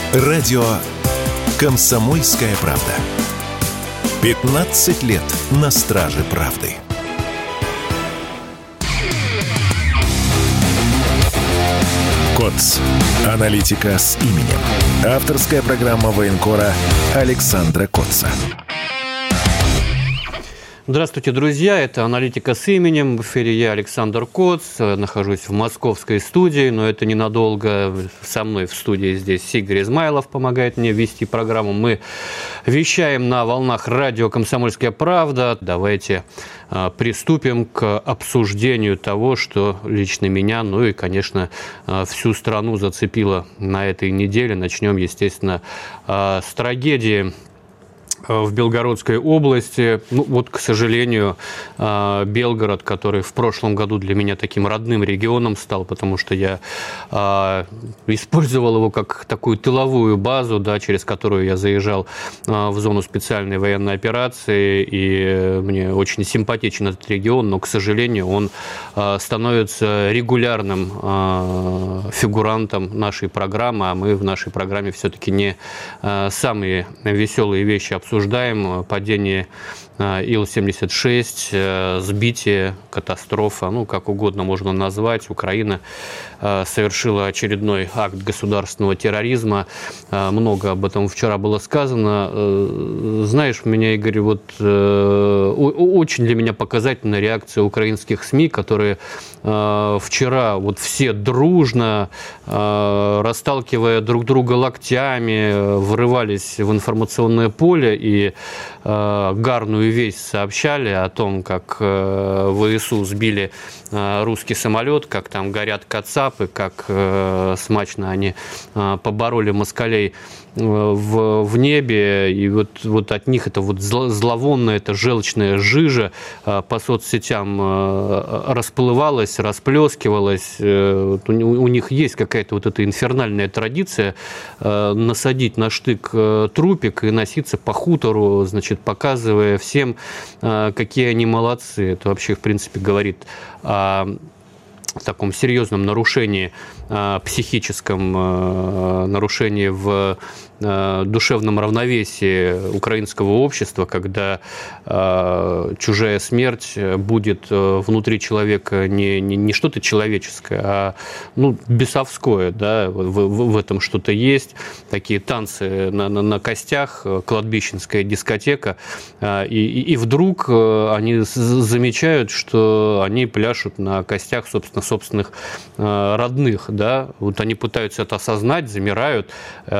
Радио «Комсомольская правда». 15 лет на страже правды. КОЦ. Аналитика с именем. Авторская программа военкора Александра Котца. Здравствуйте, друзья. Это «Аналитика с именем». В эфире я, Александр Котц. Нахожусь в московской студии, но это ненадолго. Со мной в студии здесь Игорь Измайлов помогает мне вести программу. Мы вещаем на волнах радио «Комсомольская правда». Давайте приступим к обсуждению того, что лично меня, ну и, конечно, всю страну зацепило на этой неделе. Начнем, естественно, с трагедии в Белгородской области. Ну, вот, к сожалению, Белгород, который в прошлом году для меня таким родным регионом стал, потому что я использовал его как такую тыловую базу, да, через которую я заезжал в зону специальной военной операции, и мне очень симпатичен этот регион, но, к сожалению, он становится регулярным фигурантом нашей программы, а мы в нашей программе все-таки не самые веселые вещи обсуждаем. Падение Ил-76, сбитие, катастрофа, ну, как угодно можно назвать. Украина совершила очередной акт государственного терроризма. Много об этом вчера было сказано. Знаешь, у меня, Игорь, вот очень для меня показательная реакция украинских СМИ, которые вчера вот все дружно, расталкивая друг друга локтями, врывались в информационное поле и гарную весть сообщали о том, как ВСУ сбили русский самолет, как там горят кацапы, как смачно они побороли москалей в небе, и вот от них это вот зловонная, это желчная жижа по соцсетям расплывалась, расплескивалась. У них есть какая-то вот эта инфернальная традиция насадить на штык трупик и носиться по хутору, значит, показывая всем, какие они молодцы. Это вообще, в принципе, говорит о таком серьезном нарушении, психическом нарушении в душевном равновесии украинского общества, когда чужая смерть будет внутри человека не что-то человеческое, а бесовское, да, в этом что-то есть. Такие танцы на костях, кладбищенская дискотека, и вдруг они замечают, что они пляшут на костях, собственно, собственных родных, да, вот они пытаются это осознать, замирают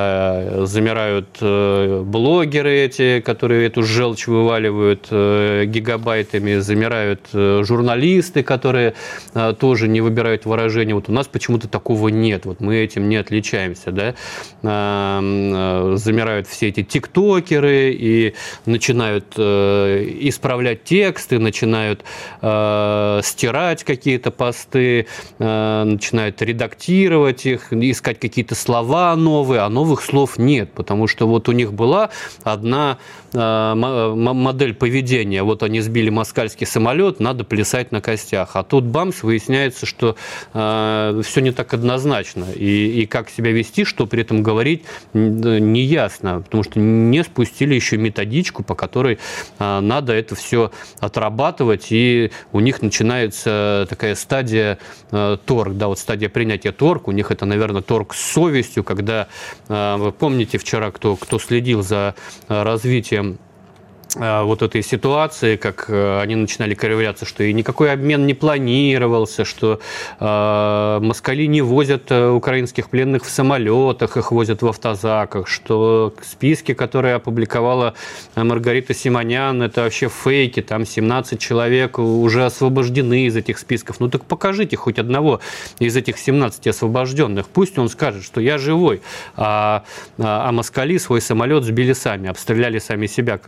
блогеры эти, которые эту желчь вываливают гигабайтами, замирают журналисты, которые тоже не выбирают выражения. Вот у нас почему-то такого нет, вот мы этим не отличаемся, да. Замирают все эти тиктокеры и начинают исправлять тексты, начинают стирать какие-то посты, начинают редактировать их, искать какие-то слова новые, а новых слов нет, потому что вот у них была одна модель поведения. Вот они сбили москальский самолет, надо плясать на костях. А тут бамс, выясняется, что все не так однозначно. И как себя вести, что при этом говорить, не ясно, потому что не спустили еще методичку, по которой надо это все отрабатывать, и у них начинается такая стадия торг, да, вот стадия принятия торг. У них это, наверное, торг с совестью, когда, вы помните вчера, кто следил за развитием вот этой ситуации, как они начинали кривляться, что и никакой обмен не планировался, что москали не возят украинских пленных в самолетах, их возят в автозаках, что списки, которые опубликовала Маргарита Симонян, это вообще фейки, там 17 человек уже освобождены из этих списков. Ну так покажите хоть одного из этих 17 освобожденных, пусть он скажет, что я живой, а москали свой самолет сбили сами, обстреляли сами себя, как это обычно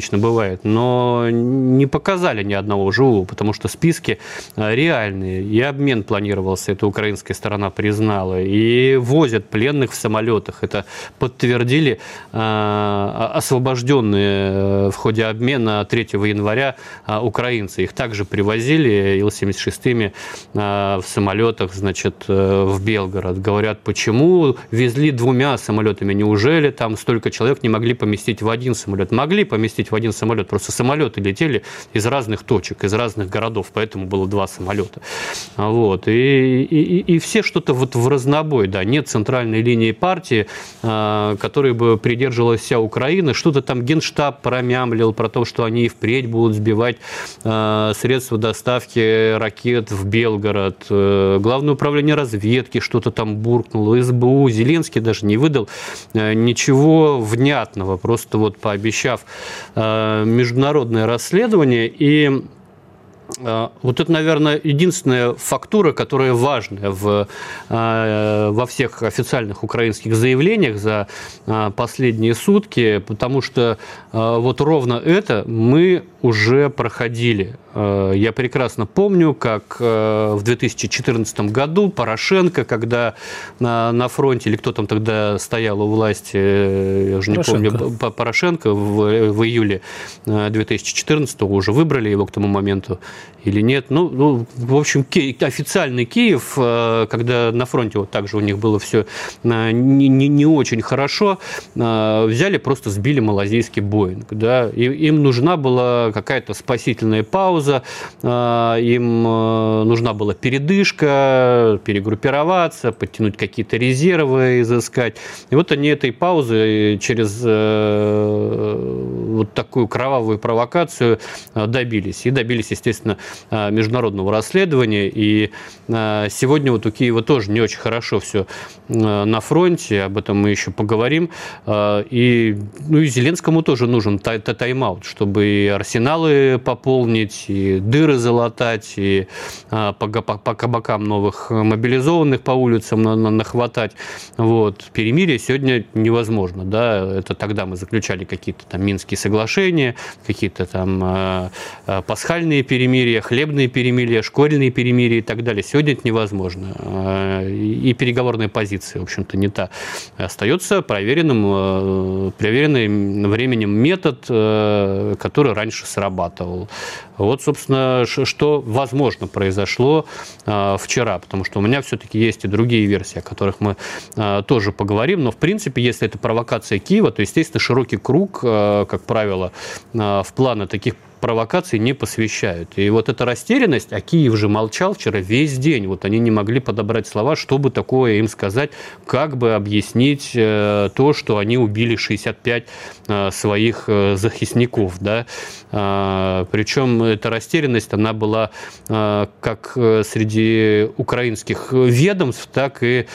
обычно бывает, но не показали ни одного живого, потому что списки реальные. И обмен планировался, это украинская сторона признала, и возят пленных в самолетах. Это подтвердили освобожденные в ходе обмена 3 января украинцы. Их также привозили Ил-76 в самолетах, значит, в Белгород. Говорят, почему везли 2 самолетами? Неужели там столько человек не могли поместить в один самолет? Могли поместить в один самолет, просто самолеты летели из разных точек, из разных городов, поэтому было 2 самолета. Вот. И все что-то вот в разнобой, да, нет центральной линии партии, которой бы придерживалась вся Украина, что-то там Генштаб промямлил про то, что они и впредь будут сбивать средства доставки ракет в Белгород, Главное управление разведки что-то там буркнуло, СБУ, Зеленский даже не выдал ничего внятного, просто вот пообещав международное расследование. И вот это, наверное, единственная фактура, которая важная во всех официальных украинских заявлениях за последние сутки, потому что вот ровно это мы уже проходили. Я прекрасно помню, как в 2014 году Порошенко, когда на фронте, или кто там тогда стоял у власти, я уже не помню, Порошенко в июле 2014 уже выбрали его к тому моменту или нет. Ну, в общем, официальный Киев, когда на фронте вот так же у них было все не очень хорошо, взяли, просто сбили малазийский Боинг. Да? Им нужна была какая-то спасительная пауза, им нужна была передышка, перегруппироваться, подтянуть какие-то резервы, изыскать. И вот они этой паузы через вот такую кровавую провокацию добились. И добились, естественно, международного расследования. И сегодня вот у Киева тоже не очень хорошо все на фронте, об этом мы еще поговорим. И Зеленскому тоже нужен тайм-аут, чтобы и арсеналы пополнить, и дыры залатать, и по кабакам новых мобилизованных по улицам нахватать. Вот. Перемирие сегодня невозможно. Да? Это тогда мы заключали какие-то там Минские соглашения, какие-то там пасхальные перемирия, хлебные перемирия, школьные перемирия и так далее. Сегодня это невозможно. И переговорная позиция, в общем-то, не та. Остается проверенный временем метод, который раньше срабатывал. Вот, собственно, что, возможно, произошло вчера, потому что у меня все-таки есть и другие версии, о которых мы тоже поговорим, но, в принципе, если это провокация Киева, то, естественно, широкий круг, как правило, в планы таких провокаций не посвящают. И вот эта растерянность, а Киев же молчал вчера весь день, вот они не могли подобрать слова, чтобы такое им сказать, как бы объяснить то, что они убили 65 своих захисников, да. Причем эта растерянность, она была как среди украинских ведомств, так и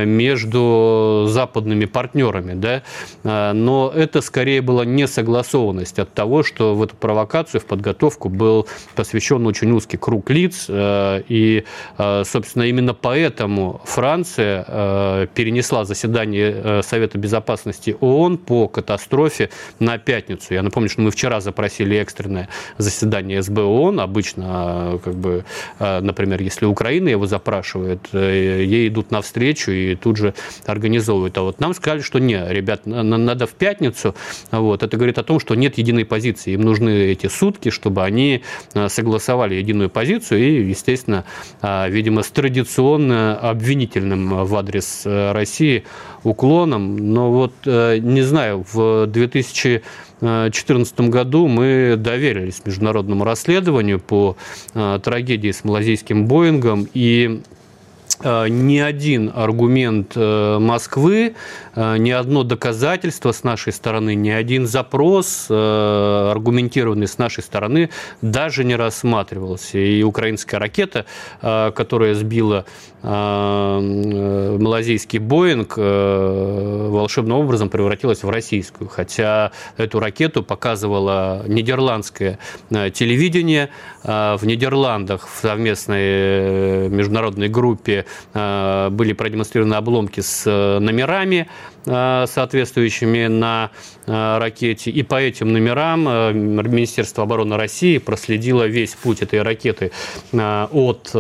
между западными партнерами, да. Но это скорее была несогласованность от того, что в эту провокацию, в подготовку был посвящен очень узкий круг лиц, и, собственно, именно поэтому Франция перенесла заседание Совета Безопасности ООН по катастрофе на пятницу. Я напомню, что мы вчера запросили экстренное заседание СБ ООН. Обычно, например, если Украина его запрашивает, ей идут навстречу и тут же организовывают. А вот нам сказали, что нет, ребят, надо в пятницу. Вот. Это говорит о том, что нет единой позиции. Им нужны эти сутки, чтобы они согласовали единую позицию и, естественно, видимо, с традиционно обвинительным в адрес России уклоном. Но вот, не знаю, в 2014 году мы доверились международному расследованию по трагедии с малазийским Боингом, и ни один аргумент Москвы, ни одно доказательство с нашей стороны, ни один запрос аргументированный с нашей стороны даже не рассматривался. И украинская ракета, которая сбила малазийский Боинг, волшебным образом превратилась в российскую. Хотя эту ракету показывало нидерландское телевидение. В Нидерландах в совместной международной группе были продемонстрированы обломки с номерами, соответствующими на ракете. И по этим номерам Министерство обороны России проследило весь путь этой ракеты от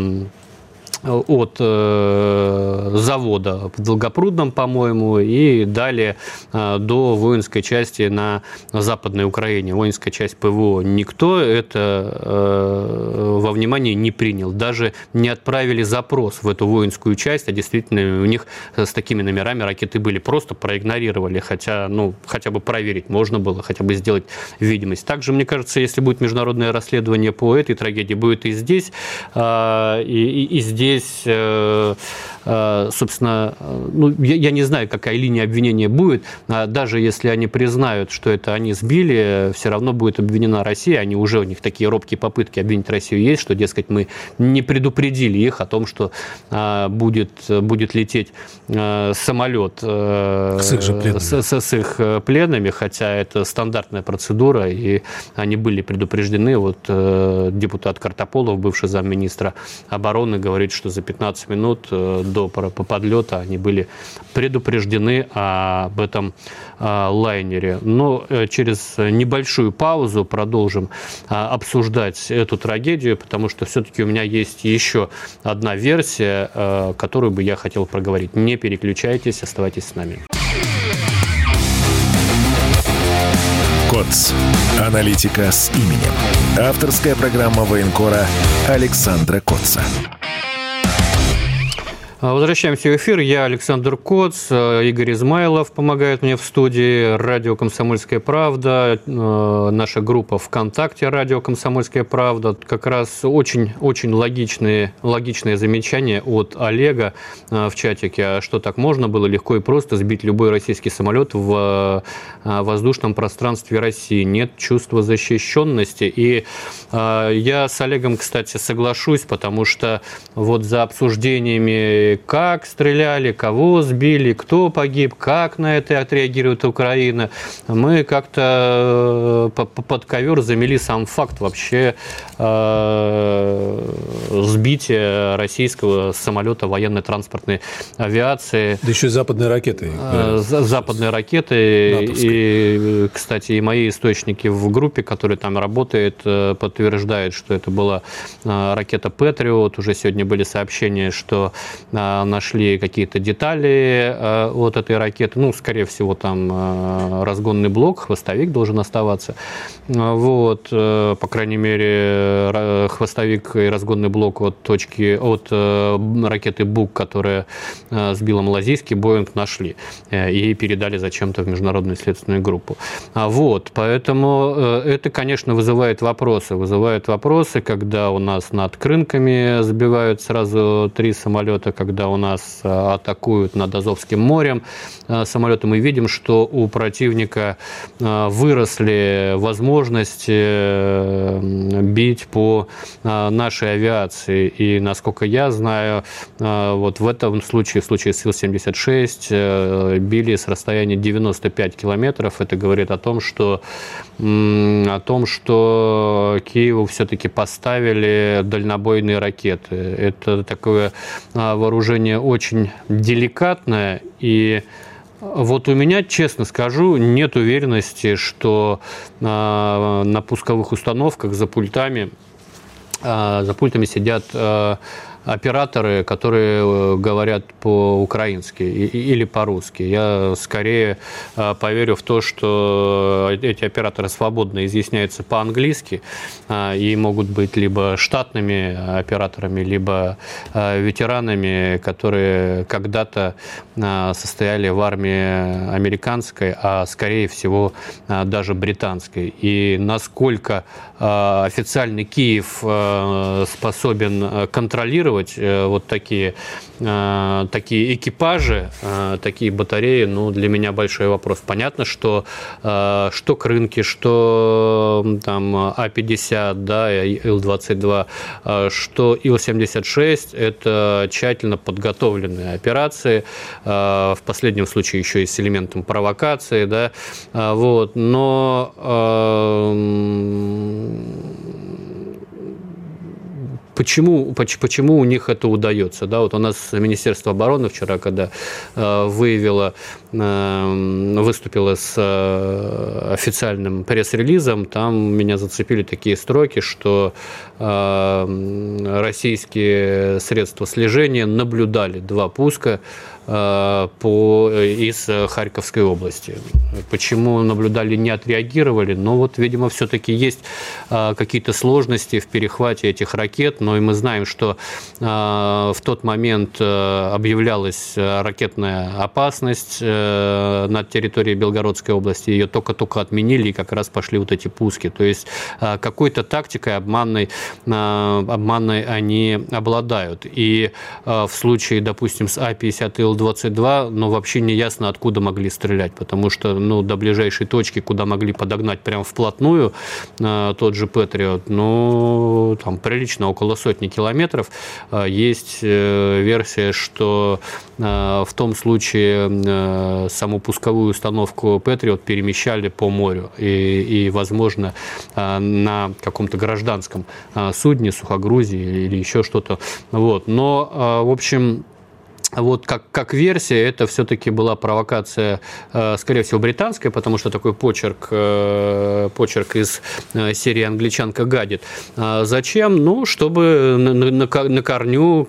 завода в Долгопрудном, по-моему, и далее до воинской части на Западной Украине. Воинская часть ПВО. Никто это во внимание не принял. Даже не отправили запрос в эту воинскую часть, а действительно у них с такими номерами ракеты были. Просто проигнорировали, хотя бы проверить можно было, хотя бы сделать видимость. Также, мне кажется, если будет международное расследование по этой трагедии, будет и здесь, и здесь, собственно, я не знаю, какая линия обвинения будет. Даже если они признают, что это они сбили, все равно будет обвинена Россия. Они уже, у них такие робкие попытки обвинить Россию есть, что, дескать, мы не предупредили их о том, что будет лететь самолет с их пленными, хотя это стандартная процедура, и они были предупреждены. Вот депутат Картополов, бывший замминистра обороны, говорит, что за 15 минут до подлета они были предупреждены об этом лайнере. Но через небольшую паузу продолжим обсуждать эту трагедию, потому что все-таки у меня есть еще одна версия, которую бы я хотел проговорить. Не переключайтесь, оставайтесь с нами. КОЦ. Аналитика с именем. Авторская программа военкора Александра Котца. Возвращаемся в эфир. Я Александр Коц, Игорь Измайлов помогает мне в студии, радио «Комсомольская правда», наша группа ВКонтакте «Радио «Комсомольская правда». Как раз очень логичные замечания от Олега в чатике, что так можно было легко и просто сбить любой российский самолет в воздушном пространстве России. Нет чувства защищенности. И я с Олегом, кстати, соглашусь, потому что вот за обсуждениями, как стреляли, кого сбили, кто погиб, как на это отреагирует Украина, мы как-то под ковер замели сам факт вообще сбития российского самолета военно-транспортной авиации. Да еще и западные ракеты. Западные ракеты. И, кстати, и мои источники в группе, которые там работают, подтверждают, что это была ракета «Патриот». Уже сегодня были сообщения, что нашли какие-то детали от этой ракеты. Скорее всего, там разгонный блок, хвостовик должен оставаться. Вот, по крайней мере, хвостовик и разгонный блок от ракеты «Бук», которая сбила малайзийский «Боинг», нашли и передали зачем-то в международную следственную группу. Вот, поэтому это, конечно, вызывает вопросы, когда у нас над Крынками сбивают сразу 3 самолета, когда у нас атакуют над Азовским морем самолеты. Мы видим, что у противника выросли возможности бить по нашей авиации. И, насколько я знаю, вот в этом случае, в случае с Ил-76, били с расстояния 95 километров. Это говорит о том, что Киеву все-таки поставили дальнобойные ракеты. Это такое вооружение очень деликатное, и вот у меня, честно скажу, нет уверенности, что на пусковых установках за пультами сидят операторы, которые говорят по-украински или по-русски. Я скорее поверю в то, что эти операторы свободно изъясняются по-английски и могут быть либо штатными операторами, либо ветеранами, которые когда-то состояли в армии американской, а скорее всего даже британской. И насколько официальный Киев способен контролировать вот такие экипажи, такие батареи, для меня большой вопрос. Понятно, что Крынки, что там А-50, да, Ил-22, что Ил-76, это тщательно подготовленные операции, в последнем случае еще и с элементом провокации, да, вот, но почему у них это удается? Да, вот у нас Министерство обороны вчера, когда выступило с официальным пресс-релизом, там меня зацепили такие строки, что российские средства слежения наблюдали 2 пуска из Харьковской области. Почему наблюдали, не отреагировали? Но вот, видимо, все-таки есть какие-то сложности в перехвате этих ракет. Но и мы знаем, что в тот момент объявлялась ракетная опасность над территорией Белгородской области. Ее только-только отменили, и как раз пошли вот эти пуски. То есть какой-то тактикой обманной они обладают. И в случае, допустим, с А-50 Ил-22, но вообще не ясно, откуда могли стрелять, потому что до ближайшей точки, куда могли подогнать прямо вплотную тот же Патриот, там прилично около 100 километров. Есть версия, что в том случае саму пусковую установку Патриот перемещали по морю и возможно, на каком-то гражданском судне, сухогрузе или еще что-то. Вот. Но, в общем, вот как версия, это все-таки была провокация, скорее всего, британская, потому что такой почерк из серии «Англичанка гадит». Зачем? Чтобы на корню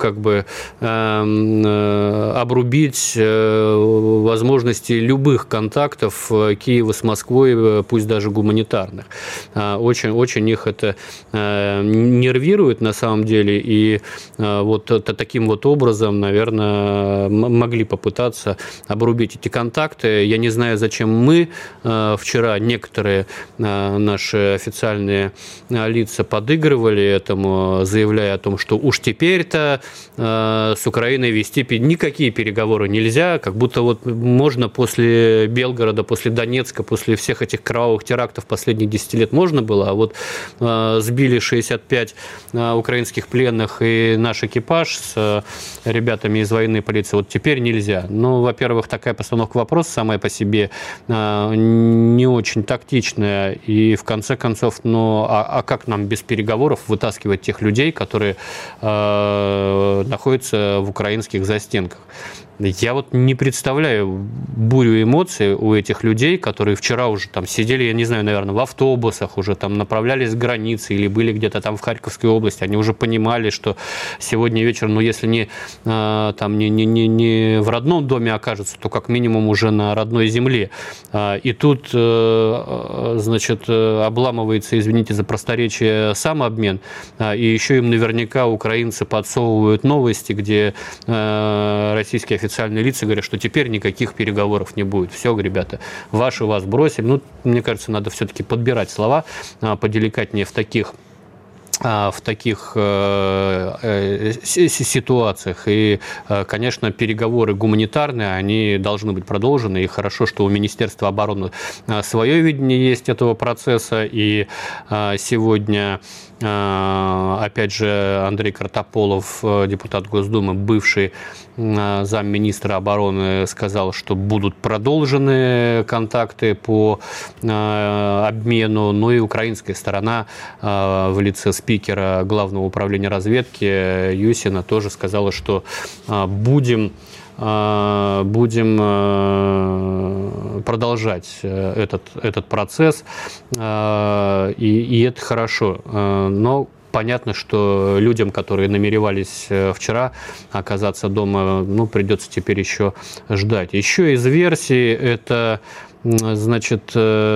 обрубить возможности любых контактов Киева с Москвой, пусть даже гуманитарных. Очень их это нервирует на самом деле, и вот таким вот образом, наверное, могли попытаться обрубить эти контакты. Я не знаю, зачем мы вчера, некоторые наши официальные лица подыгрывали этому, заявляя о том, что уж теперь-то с Украиной вести никакие переговоры нельзя, как будто вот можно после Белгорода, после Донецка, после всех этих кровавых терактов последних 10 лет можно было, а вот сбили 65 украинских пленных и наш экипаж с ребятами из военной полиции, вот теперь нельзя. Ну, во-первых, такая постановка вопроса сама по себе не очень тактичная, и в конце концов, а как нам без переговоров вытаскивать тех людей, которые находятся в украинских застенках? Я вот не представляю бурю эмоций у этих людей, которые вчера уже там сидели, я не знаю, наверное, в автобусах, уже там направлялись к границе или были где-то там в Харьковской области. Они уже понимали, что сегодня вечером, если не в родном доме окажется, то как минимум уже на родной земле. И тут, значит, обламывается, извините за просторечие, сам обмен. И еще им наверняка украинцы подсовывают новости, где российские официальные лица говорят, что теперь никаких переговоров не будет. Все, ребята, вас бросим. Мне кажется, надо все-таки подбирать слова поделикатнее в таких ситуациях. И, конечно, переговоры гуманитарные, они должны быть продолжены. И хорошо, что у Министерства обороны свое видение есть этого процесса. И сегодня, опять же, Андрей Картополов, депутат Госдумы, бывший замминистра обороны, сказал, что будут продолжены контакты по обмену. Ну и украинская сторона в лице спикера Главного управления разведки Юсина тоже сказала, что будем продолжать этот процесс, и это хорошо. Но понятно, что людям, которые намеревались вчера оказаться дома, придется теперь еще ждать. Еще из версий это, значит,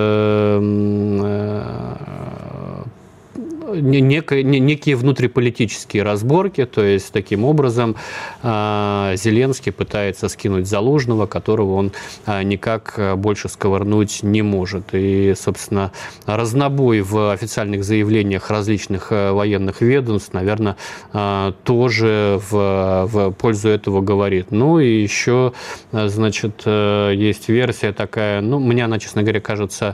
некие внутриполитические разборки, то есть таким образом Зеленский пытается скинуть Залужного, которого он никак больше сковырнуть не может. И, собственно, разнобой в официальных заявлениях различных военных ведомств, наверное, тоже в пользу этого говорит. Ну и еще, значит, есть версия такая, мне она, честно говоря, кажется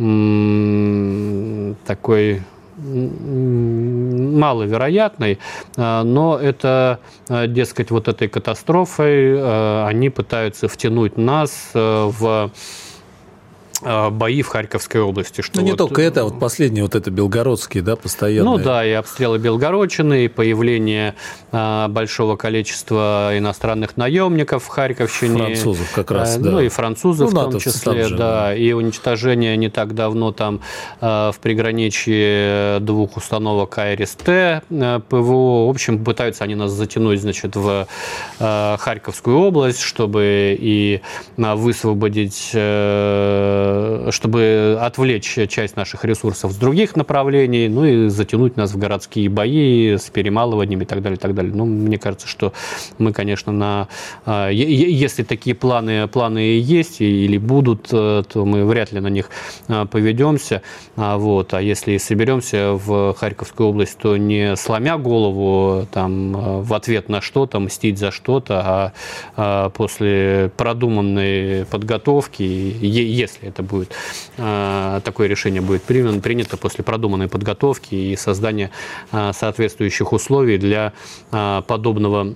такой маловероятной, но это, дескать, вот этой катастрофой они пытаются втянуть нас в бои в Харьковской области. Что не только это, а вот последние вот это белгородские, да, постоянные. И обстрелы Белгородчины, и появление большого количества иностранных наемников в Харьковщине. Французов как раз, да. И французов в том числе, да. И уничтожение не так давно там в приграничье 2 установок АРСТ ПВО. В общем, пытаются они нас затянуть, значит, в Харьковскую область, чтобы и высвободить, чтобы отвлечь часть наших ресурсов с других направлений, и затянуть нас в городские бои с перемалыванием и так далее, и так далее. Мне кажется, что мы, конечно, если такие планы есть или будут, то мы вряд ли на них поведемся. А если и соберемся в Харьковскую область, то не сломя голову там, в ответ на что-то, мстить за что-то, а после продуманной подготовки, если это будет, такое решение будет принято после продуманной подготовки и создания соответствующих условий для подобного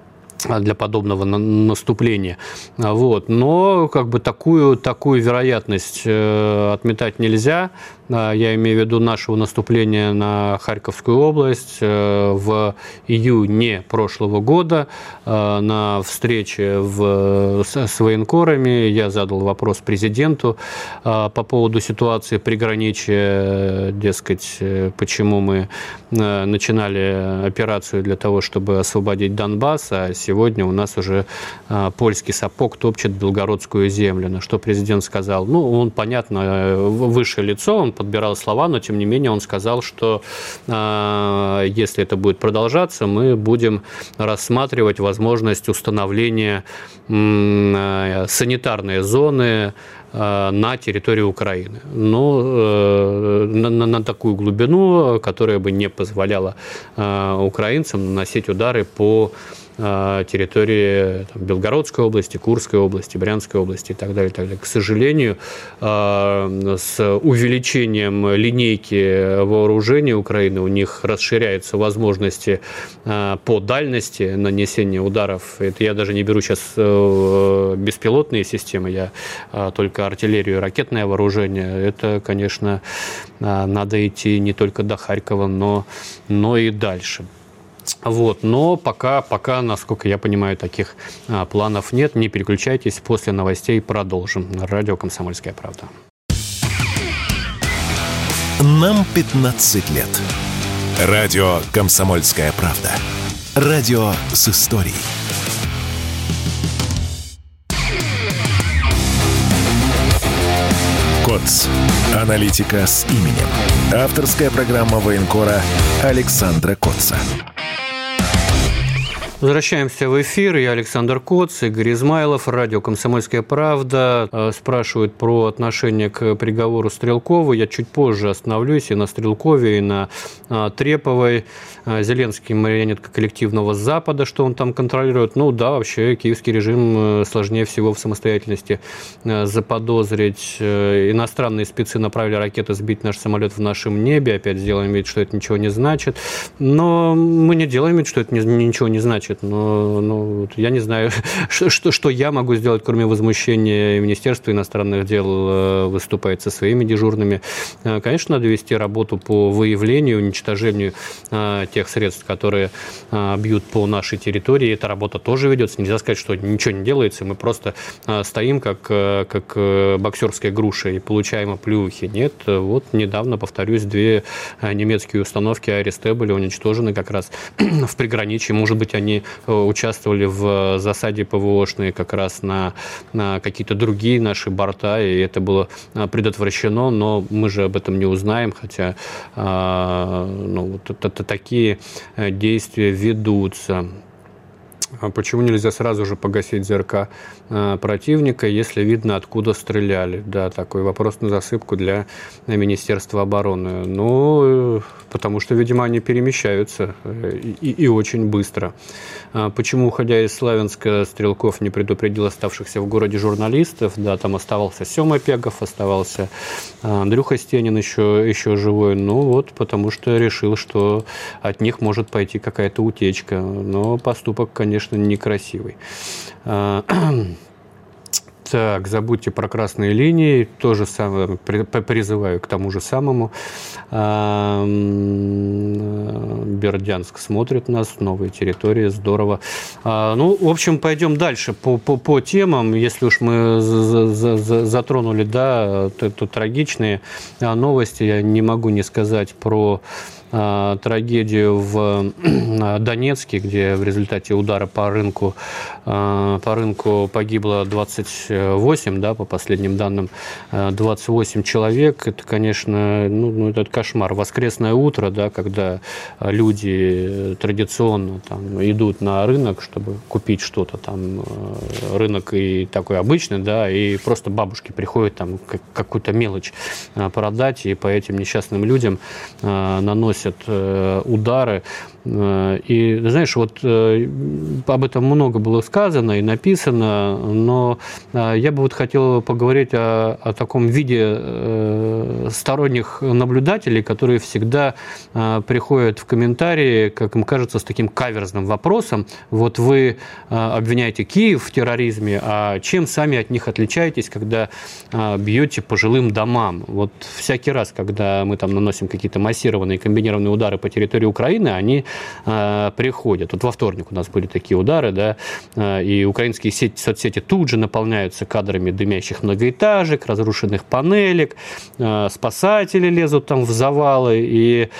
наступления. Но такую вероятность отметать нельзя. Я имею в виду нашего наступления на Харьковскую область в июне прошлого года. На встрече с военкорами я задал вопрос президенту по поводу ситуации приграничья, дескать, почему мы начинали операцию для того, чтобы освободить Донбасс, а сегодня у нас уже польский сапог топчет белгородскую землю. На что президент сказал, он, понятно, высшее лицо, он подбирал слова, но тем не менее он сказал, что если это будет продолжаться, мы будем рассматривать возможность установления санитарной зоны на территории Украины. На такую глубину, которая бы не позволяла украинцам наносить удары по территории Белгородской области, Курской области, Брянской области и так далее, и так далее. К сожалению, с увеличением линейки вооружений Украины у них расширяются возможности по дальности нанесения ударов. Это я даже не беру сейчас беспилотные системы, я только артиллерию и ракетное вооружение. Это, конечно, надо идти не только до Харькова, но и дальше. Но пока, насколько я понимаю, таких планов нет. Не переключайтесь, после новостей продолжим. Радио «Комсомольская правда». Нам 15 лет. Радио «Комсомольская правда». Радио с историей. КОЦ. Аналитика с именем. Авторская программа военкора Александра Коца. Возвращаемся в эфир. Я Александр Коц, Игорь Измайлов, радио «Комсомольская правда». Спрашивают про отношение к приговору Стрелкову. Я чуть позже остановлюсь и на Стрелкове, и на Треповой. Зеленский марионетка коллективного Запада, что он там контролирует. Вообще киевский режим сложнее всего в самостоятельности заподозрить. Иностранные спецы направили ракеты сбить наш самолет в нашем небе. Опять сделаем вид, что это ничего не значит. Но мы не делаем вид, что это ничего не значит. Я не знаю, что я могу сделать, кроме возмущения. Министерства иностранных дел выступает со своими дежурными. Конечно, надо вести работу по выявлению, уничтожению тех средств, которые бьют по нашей территории. Эта работа тоже ведется. Нельзя сказать, что ничего не делается, мы просто стоим как боксерская груша и получаем оплеухи. Нет, недавно, повторюсь, 2 немецкие установки АРСТ были уничтожены как раз в приграничье. Может быть, они участвовали в засаде ПВОшной как раз на какие-то другие наши борта, и это было предотвращено, но мы же об этом не узнаем, хотя такие действия ведутся. Почему нельзя сразу же погасить ЗРК противника, если видно, откуда стреляли? Да, такой вопрос на засыпку для Министерства обороны. Потому что, видимо, они перемещаются и очень быстро. Почему, уходя из Славянска, Стрелков не предупредил оставшихся в городе журналистов? Да, там оставался Сёма Пегов, оставался Андрюха Стенин еще живой. Потому что решил, что от них может пойти какая-то утечка. Но поступок, конечно, некрасивый. Так, забудьте про красные линии, то же самое, призываю к тому же самому. Бердянск смотрит нас, новые территории, здорово. Ну, в общем, пойдем дальше по темам, если уж мы затронули, да, то трагичные новости, я не могу не сказать про трагедию в Донецке, где в результате удара по рынку погибло 28, да, по последним данным, 28 человек. Это, конечно, это кошмар. Воскресное утро, да, когда люди традиционно там идут на рынок, чтобы купить что-то там, рынок и такой обычный, да, и просто бабушки приходят там какую-то мелочь продать, и по этим несчастным людям наносят удары. И, знаешь, вот об этом много было сказано и написано, но я бы вот хотел поговорить о таком виде сторонних наблюдателей, которые всегда приходят в комментарии, как им кажется, с таким каверзным вопросом. Вот вы обвиняете Киев в терроризме, а чем сами от них отличаетесь, когда бьете по жилым домам? Вот всякий раз, когда мы там наносим какие-то массированные, комбинированные удары по территории Украины, они приходят. Вот во вторник у нас были такие удары, да, и украинские соцсети тут же наполняются кадрами дымящих многоэтажек, разрушенных панелек, спасатели лезут там в завалы, и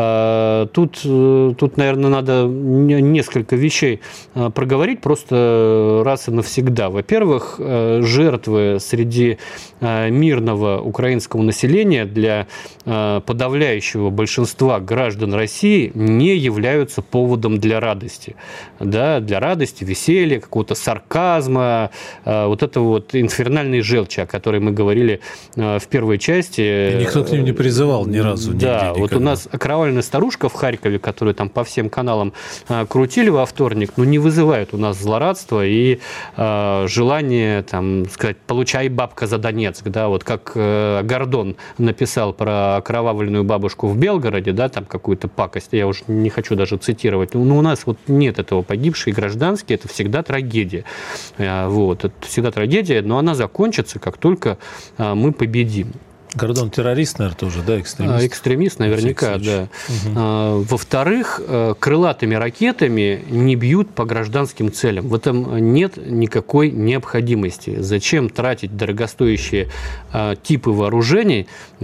тут, наверное, надо несколько вещей проговорить просто раз и навсегда. Во-первых, жертвы среди мирного украинского населения для подавляющего большинства граждан России не являются поводом для радости. Да, для радости, веселья, какого-то сарказма, вот это вот инфернальной желчи, о которой мы говорили в первой части. И никто к ним не призывал ни разу. Да, вот у нас окровавленная старушка в Харькове, которую там по всем каналам крутили во вторник, не вызывает у нас злорадства и желание, там, сказать, получай, бабка, за Донецк, да, вот как Гордон написал про окровавленную бабушку в Белгороде, да, там какую-то пакость, я уж не хочу даже цитировать, но у нас вот нет этого, погибшие гражданские, это всегда трагедия, вот, это всегда трагедия, но она закончится, как только мы победим. Гордон террорист, наверное, тоже, да, экстремист? Экстремист, наверняка, да. Угу. Во-вторых, крылатыми ракетами не бьют по гражданским целям. В этом нет никакой необходимости. Зачем тратить дорогостоящие типы вооружений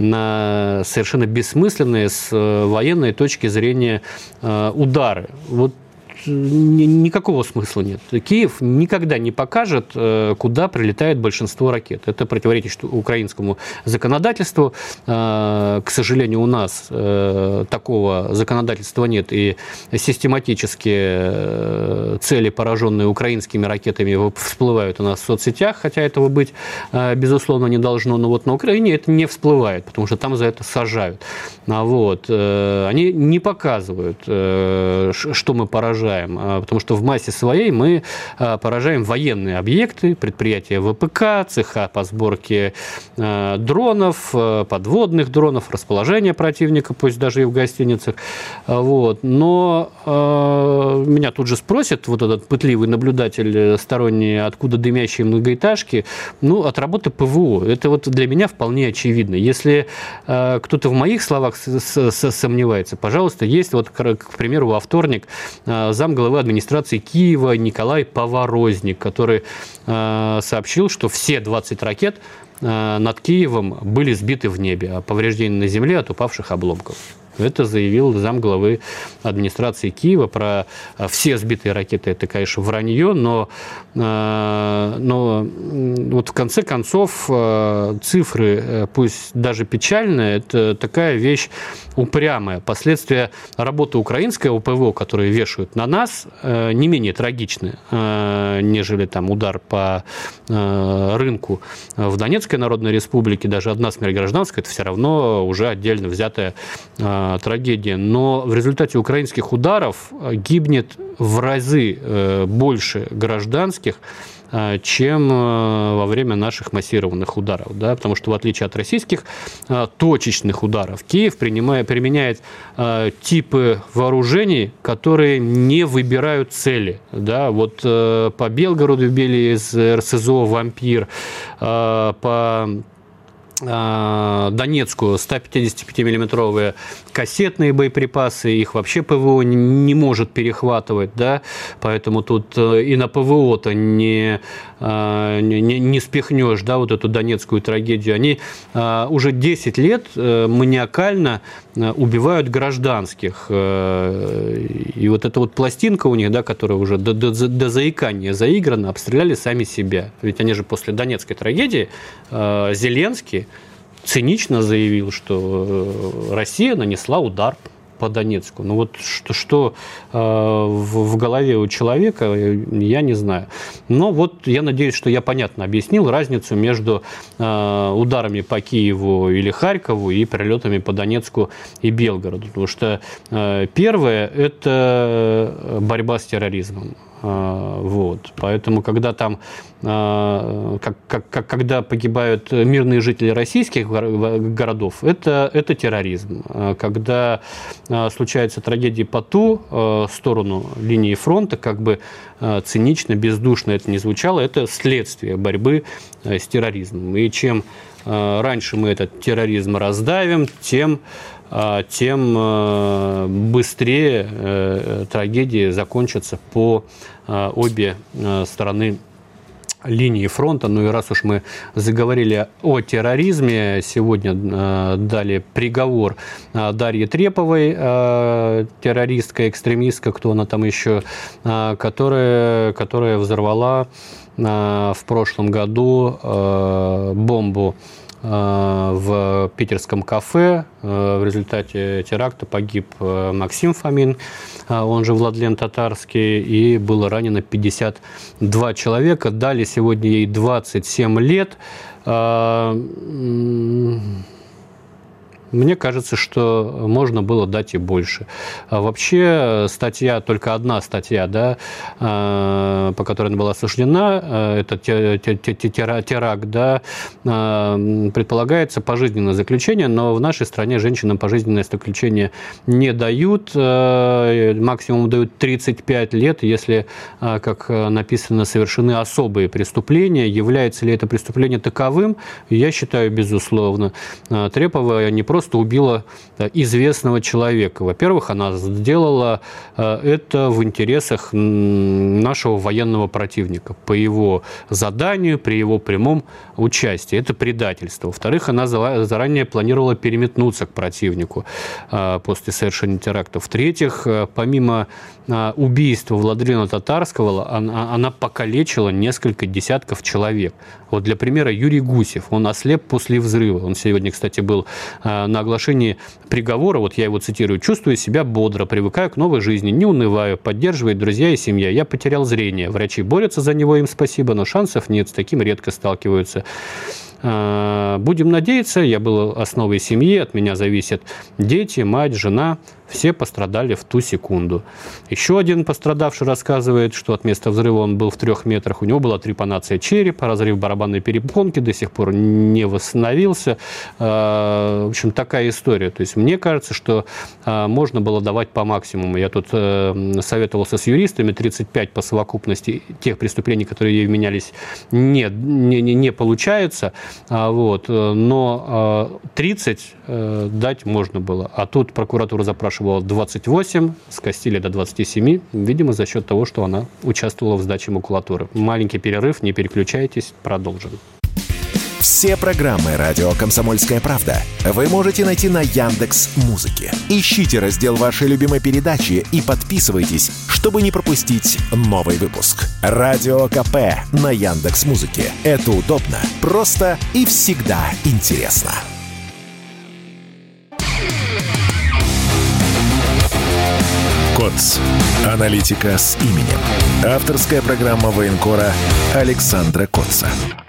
на совершенно бессмысленные с военной точки зрения удары? Вот никакого смысла нет. Киев никогда не покажет, куда прилетает большинство ракет. Это противоречит украинскому законодательству. К сожалению, у нас такого законодательства нет, и систематически цели, пораженные украинскими ракетами, всплывают у нас в соцсетях, хотя этого быть, безусловно, не должно. Но вот на Украине это не всплывает, потому что там за это сажают. Вот. Они не показывают, что мы поражаем, потому что в массе своей мы поражаем военные объекты, предприятия ВПК, цеха по сборке дронов, подводных дронов, расположение противника, пусть даже и в гостиницах. Вот. Но меня тут же спросят, вот этот пытливый наблюдатель сторонний, откуда дымящие многоэтажки, от работы ПВО. Это вот для меня вполне очевидно. Если кто-то в моих словах сомневается, пожалуйста, есть вот, к примеру, во вторник замглавы администрации Киева Николай Поворозник, который сообщил, что все 20 ракет над Киевом были сбиты в небе, а повреждены на земле от упавших обломков. Это заявил замглавы администрации Киева. Про все сбитые ракеты это, конечно, вранье, но вот в конце концов цифры, пусть даже печальные, это такая вещь упрямая. Последствия работы украинского ПВО, которые вешают на нас, не менее трагичны, нежели там удар по рынку в Донецкой Народной Республике. Даже одна смерть гражданская, это все равно уже отдельно взятая трагедия. Но в результате украинских ударов гибнет в разы больше гражданских, чем во время наших массированных ударов. Да? Потому что, в отличие от российских точечных ударов, Киев применяет типы вооружений, которые не выбирают цели. Да? Вот по Белгороду били из РСЗО «Вампир», по Донецку 155-миллиметровые кассетные боеприпасы, их вообще ПВО не может перехватывать, да, поэтому тут и на ПВО-то не спихнешь, да, вот эту донецкую трагедию. Они уже 10 лет маниакально убивают гражданских. И вот эта вот пластинка у них, да, которая уже до заикания заиграна, обстреляли сами себя. Ведь они же после донецкой трагедии, Зеленский цинично заявил, что Россия нанесла удар по Донецку. Ну вот что в голове у человека, я не знаю. Но вот я надеюсь, что я понятно объяснил разницу между ударами по Киеву или Харькову и прилетами по Донецку и Белгороду. Потому что первое – это борьба с терроризмом. Вот. Поэтому, когда там, когда погибают мирные жители российских городов, это терроризм. Когда случаются трагедии по ту сторону линии фронта, как бы цинично, бездушно это ни звучало, это следствие борьбы с терроризмом. И чем раньше мы этот терроризм раздавим, тем быстрее трагедии закончатся по обе стороны линии фронта. Ну и раз уж мы заговорили о терроризме, сегодня дали приговор Дарье Треповой, террористка, экстремистка, кто она там еще, которая взорвала в прошлом году бомбу в питерском кафе. В результате теракта погиб Максим Фомин, он же Владлен Татарский, и было ранено 52 человека. Дали сегодня ей 27 лет. Мне кажется, что можно было дать и больше. А вообще статья, только одна статья, да, по которой она была осуждена, это теракт, да, предполагается пожизненное заключение, но в нашей стране женщинам пожизненное заключение не дают, максимум дают 35 лет, если, как написано, совершены особые преступления. Является ли это преступление таковым? Я считаю, безусловно. Трепова не просто убила известного человека. Во-первых, она сделала это в интересах нашего военного противника, по его заданию, при его прямом участии. Это предательство. Во-вторых, она заранее планировала переметнуться к противнику после совершения теракта. В-третьих, помимо убийства Владлена Татарского, она покалечила несколько десятков человек. Вот для примера, Юрий Гусев, он ослеп после взрыва. Он сегодня, кстати, был на оглашении приговора, вот я его цитирую: «Чувствую себя бодро, привыкаю к новой жизни, не унываю, поддерживает друзья и семья. Я потерял зрение. Врачи борются за него, им спасибо, но шансов нет, с таким редко сталкиваются. Будем надеяться, я был основой семьи, от меня зависят дети, мать, жена. Все пострадали в ту секунду». Еще один пострадавший рассказывает, что от места взрыва он был в 3 метрах. У него была трепанация черепа, разрыв барабанной перепонки, до сих пор не восстановился. В общем, такая история. То есть мне кажется, что можно было давать по максимуму. Я тут советовался с юристами. 35 по совокупности тех преступлений, которые ей вменялись, не получается. Вот. Но 30 дать можно было. А тут прокуратура запрашивала 28, скостили до 27, видимо, за счет того, что она участвовала в сдаче макулатуры. Маленький перерыв, не переключайтесь, продолжим. Все программы «Радио Комсомольская правда» вы можете найти на Яндекс.Музыке. Ищите раздел вашей любимой передачи и подписывайтесь, чтобы не пропустить новый выпуск. Радио КП на Яндекс.Музыке. Это удобно, просто и всегда интересно. КОЦ. Аналитика с именем. Авторская программа военкора Александра Котца.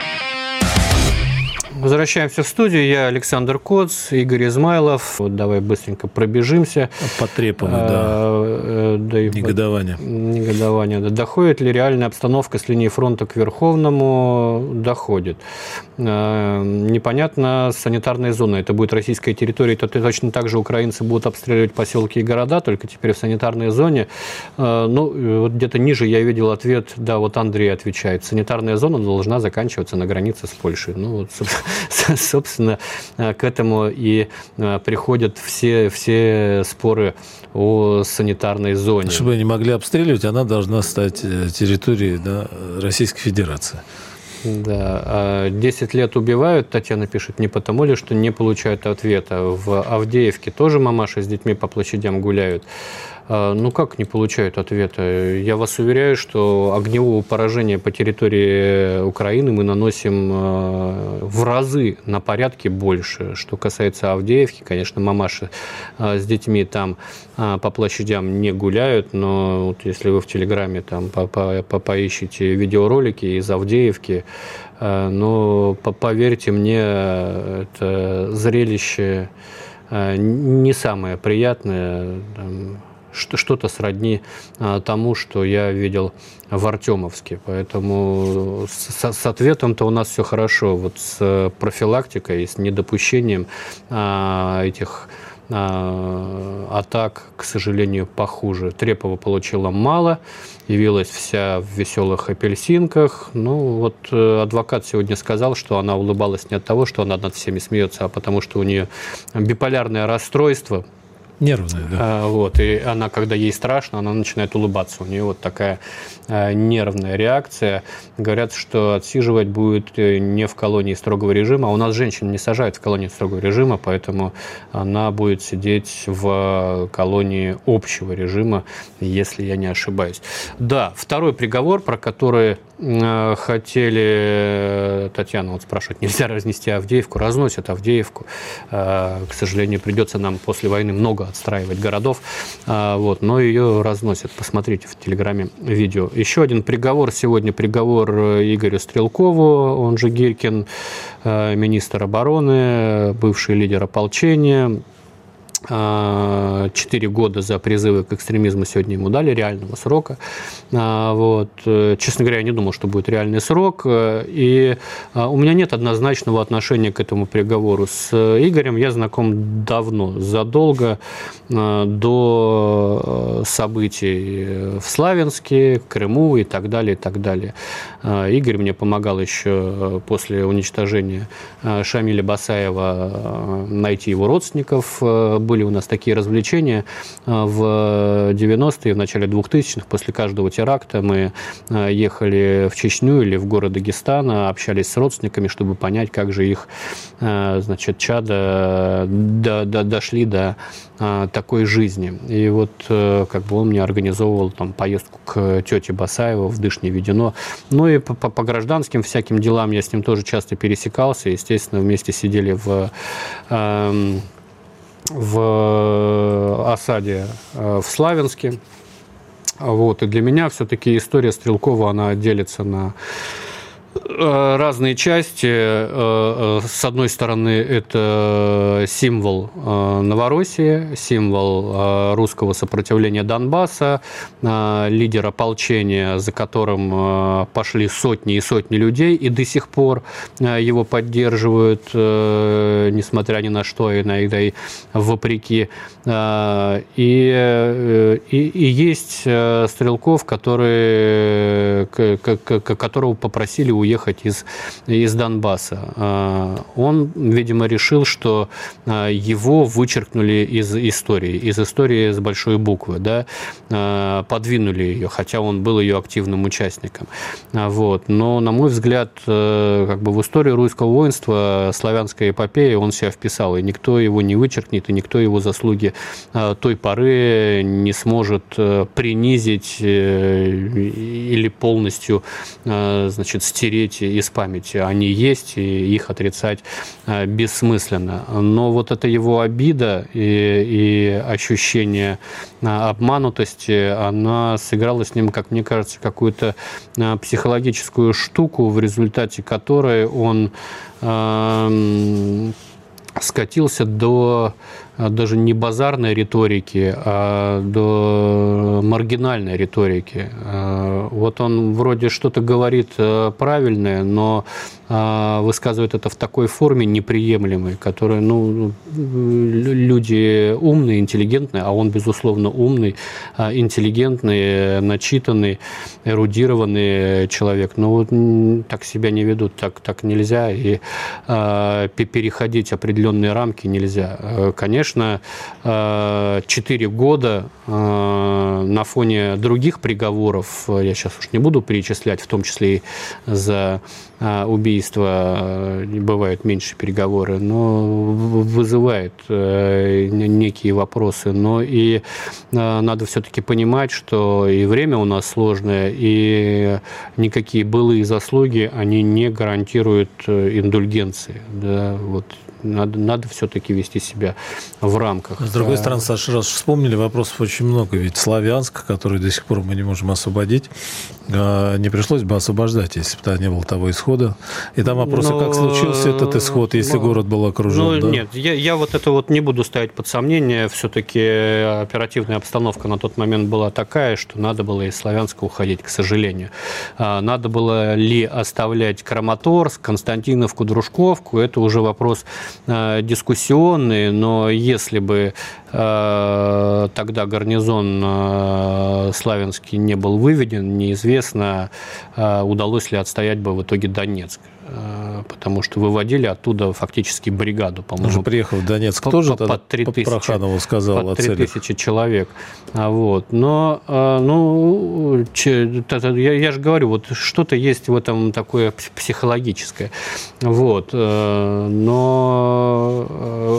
Возвращаемся в студию. Я Александр Коц, Игорь Измайлов. Вот давай быстренько пробежимся. По Треповой, да. Негодование. Да. Доходит ли реальная обстановка с линии фронта к Верховному? Доходит. Непонятно санитарная зона. Это будет российская территория, то точно так же украинцы будут обстреливать поселки и города, только теперь в санитарной зоне. Вот где-то ниже я видел ответ, да, вот Андрей отвечает. Санитарная зона должна заканчиваться на границе с Польшей. Вот, собственно, к этому и приходят все споры о санитарной зоне. Чтобы они могли обстреливать, она должна стать территорией, да, Российской Федерации. Да, 10 лет убивают, Татьяна пишет, не потому ли, что не получают ответа. В Авдеевке тоже мамаши с детьми по площадям гуляют. Как не получают ответа? Я вас уверяю, что огневого поражения по территории Украины мы наносим в разы, на порядке больше. Что касается Авдеевки, конечно, мамаши с детьми там по площадям не гуляют, но вот если вы в Телеграме там поищите видеоролики из Авдеевки, но поверьте мне, это зрелище не самое приятное, что-то сродни тому, что я видел в Артемовске. Поэтому с ответом-то у нас все хорошо. Вот с профилактикой, с недопущением этих атак, к сожалению, похуже. Трепова получила мало, явилась вся в веселых апельсинках. Адвокат сегодня сказал, что она улыбалась не от того, что она над всеми смеется, а потому что у нее биполярное расстройство. Нервная, да. И она, когда ей страшно, она начинает улыбаться. У нее вот такая нервная реакция. Говорят, что отсиживать будет не в колонии строгого режима. А у нас женщин не сажают в колонии строгого режима, поэтому она будет сидеть в колонии общего режима, если я не ошибаюсь. Да, второй приговор, про который хотели, Татьяна вот спрашивает, нельзя разнести Авдеевку? Разносят Авдеевку. К сожалению, придется нам после войны много отстраивать городов, но ее разносят. Посмотрите в Телеграме видео. Еще один приговор. Сегодня приговор Игорю Стрелкову, он же Гиркин, министр обороны, бывший лидер ополчения. 4 года за призывы к экстремизму сегодня ему дали реального срока. Честно говоря, я не думал, что будет реальный срок. И у меня нет однозначного отношения к этому приговору. С Игорем я знаком давно, задолго до событий в Славянске, Крыму и так далее, и так далее. Игорь мне помогал еще после уничтожения Шамиля Басаева найти его родственников. Были у нас такие развлечения в 90-е, в начале 2000-х. После каждого теракта мы ехали в Чечню или в город Дагестана, общались с родственниками, чтобы понять, как же их чада дошли до такой жизни. И вот он мне организовывал поездку к тете Басаеву в Дышне-Ведено. И по гражданским всяким делам я с ним тоже часто пересекался. Естественно, вместе сидели в осаде в Славянске. И для меня все-таки история Стрелкова, она делится на разные части. С одной стороны, это символ Новороссии, символ русского сопротивления Донбасса, лидер ополчения, за которым пошли сотни и сотни людей, и до сих пор его поддерживают, несмотря ни на что, иногда и вопреки. И есть Стрелков, которого попросили уехать из Донбасса. Он, видимо, решил, что его вычеркнули из истории с большой буквы, да, подвинули ее, хотя он был ее активным участником. Но, на мой взгляд, в историю русского воинства славянская эпопея он себя вписал, и никто его не вычеркнет, и никто его заслуги той поры не сможет принизить или полностью, стереть из памяти. Они есть, и их отрицать бессмысленно. Но вот эта его обида и ощущение обманутости, она сыграла с ним, как мне кажется, какую-то психологическую штуку, в результате которой он скатился до даже не базарной риторики, а до маргинальной риторики. Вот он вроде что-то говорит правильное, но высказывает это в такой форме неприемлемой, которая, люди умные, интеллигентные, а он, безусловно, умный, интеллигентный, начитанный, эрудированный человек. Так себя не ведут, так нельзя, и переходить определенные рамки нельзя. Конечно, 4 года на фоне других приговоров, я сейчас уж не буду перечислять, в том числе и за убийство, бывают меньше переговоры, но вызывает некие вопросы. Но и надо все-таки понимать, что и время у нас сложное, и никакие былые заслуги, они не гарантируют индульгенции. Да, вот. Надо все-таки вести себя в рамках. С другой стороны, Саша, раз вспомнили, вопросов очень много. Ведь Славянск, который до сих пор мы не можем освободить, не пришлось бы освобождать, если бы тогда не было того исхода. И там вопросы, как случился этот исход, если город был окружен. Да? Нет, я вот это вот не буду ставить под сомнение. Все-таки оперативная обстановка на тот момент была такая, что надо было из Славянска уходить, к сожалению. Надо было ли оставлять Краматорск, Константиновку, Дружковку, это уже вопрос дискуссионный, но если бы тогда гарнизон Славянский не был выведен, неизвестно, удалось ли отстоять бы в итоге Донецк. Потому что выводили оттуда фактически бригаду, по-моему. Он же приехал в Донецк тоже под 3000, Проханову сказал под 3000 человек. Вот. Но, я же говорю, вот что-то есть в этом такое психологическое. Вот. Но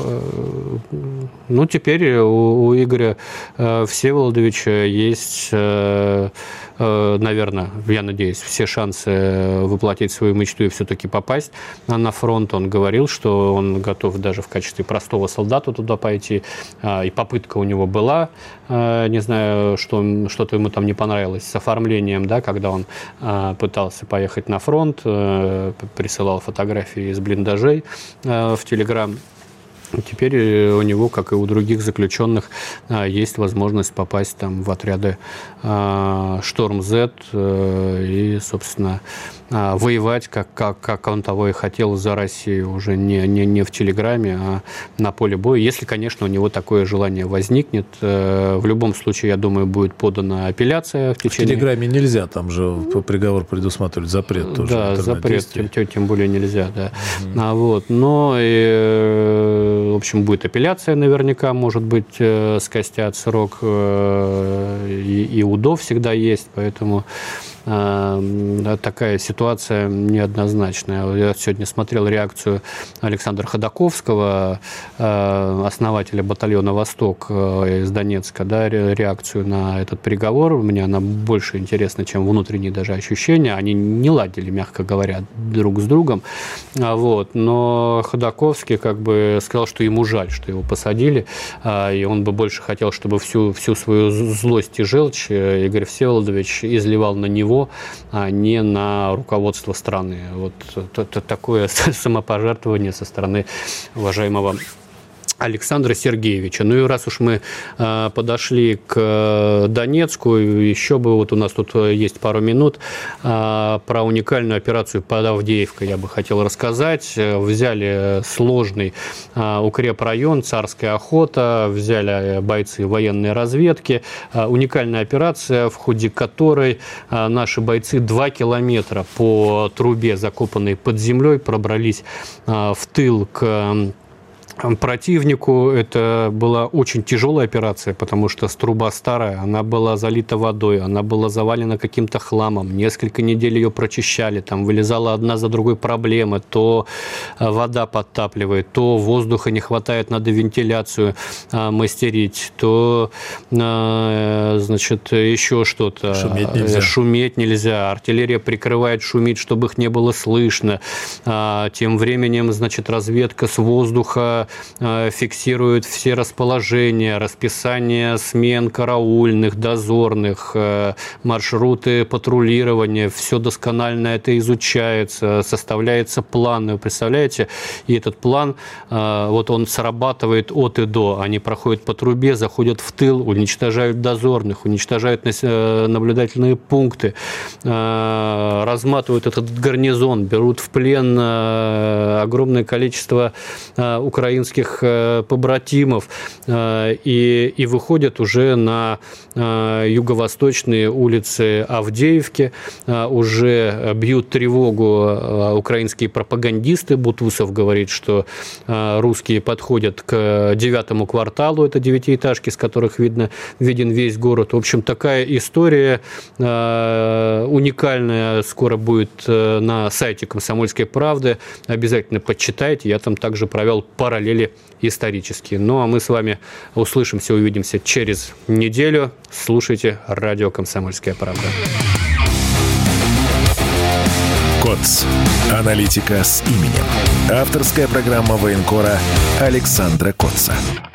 теперь у Игоря Всеволодовича есть, наверное, я надеюсь, все шансы воплотить свою мечту и все-таки попасть на фронт. Он говорил, что он готов даже в качестве простого солдата туда пойти. И попытка у него была. Не знаю, что-то ему там не понравилось с оформлением, да, когда он пытался поехать на фронт, присылал фотографии из блиндажей в Телеграм. Теперь у него, как и у других заключенных, есть возможность попасть там в отряды «Шторм-З» и, собственно, воевать, как он того и хотел, за Россию, уже не в Телеграме, а на поле боя, если, конечно, у него такое желание возникнет. В любом случае, я думаю, будет подана апелляция в течение... В Телеграме нельзя, там же приговор предусматривает запрет тоже. Да, запрет, тем более нельзя, да. Вот. Но, в общем, будет апелляция наверняка, может быть, скостят срок, и УДО всегда есть, поэтому... такая ситуация неоднозначная. Я сегодня смотрел реакцию Александра Ходаковского, основателя батальона «Восток» из Донецка, да, реакцию на этот приговор. Мне она больше интересна, чем внутренние даже ощущения. Они не ладили, мягко говоря, друг с другом. Вот. Но Ходаковский как бы сказал, что ему жаль, что его посадили, и он бы больше хотел, чтобы всю свою злость и желчь Игорь Всеволодович изливал на него, а не на руководство страны. Вот такое самопожертвование со стороны уважаемого Александра Сергеевича. Ну и раз уж мы подошли к Донецку, еще бы, вот у нас тут есть пару минут, про уникальную операцию под Авдеевкой я бы хотел рассказать. Взяли сложный укрепрайон, Царская охота, взяли бойцы военной разведки. Уникальная операция, в ходе которой наши бойцы 2 километра по трубе, закопанной под землей, пробрались в тыл к противнику. Это была очень тяжелая операция, потому что труба старая, она была залита водой, она была завалена каким-то хламом. Несколько недель ее прочищали, там вылезала одна за другой проблема. То вода подтапливает, то воздуха не хватает, надо вентиляцию мастерить, то, значит, еще что-то. Шуметь нельзя. Артиллерия прикрывает, шумит, чтобы их не было слышно. Тем временем, значит, разведка с воздуха четко фиксирует все расположения, расписание смен караульных, дозорных, маршруты патрулирования, все досконально это изучается, составляется план. Вы представляете? И этот план, вот он срабатывает от и до. Они проходят по трубе, заходят в тыл, уничтожают дозорных, уничтожают наблюдательные пункты, разматывают этот гарнизон, берут в плен огромное количество украинских побратимов и выходят уже на юго-восточные улицы Авдеевки, уже бьют тревогу украинские пропагандисты. Бутусов говорит, что русские подходят к 9-му кварталу, это 9-этажки, с которых виден весь город. В общем, такая история уникальная скоро будет на сайте «Комсомольской правды». Обязательно почитайте. Я там также провел параллели исторические. Ну, а мы с вами услышимся, увидимся через неделю. Слушайте радио «Комсомольская правда». КОЦ. Аналитика с именем. Авторская программа военкора Александра Коца.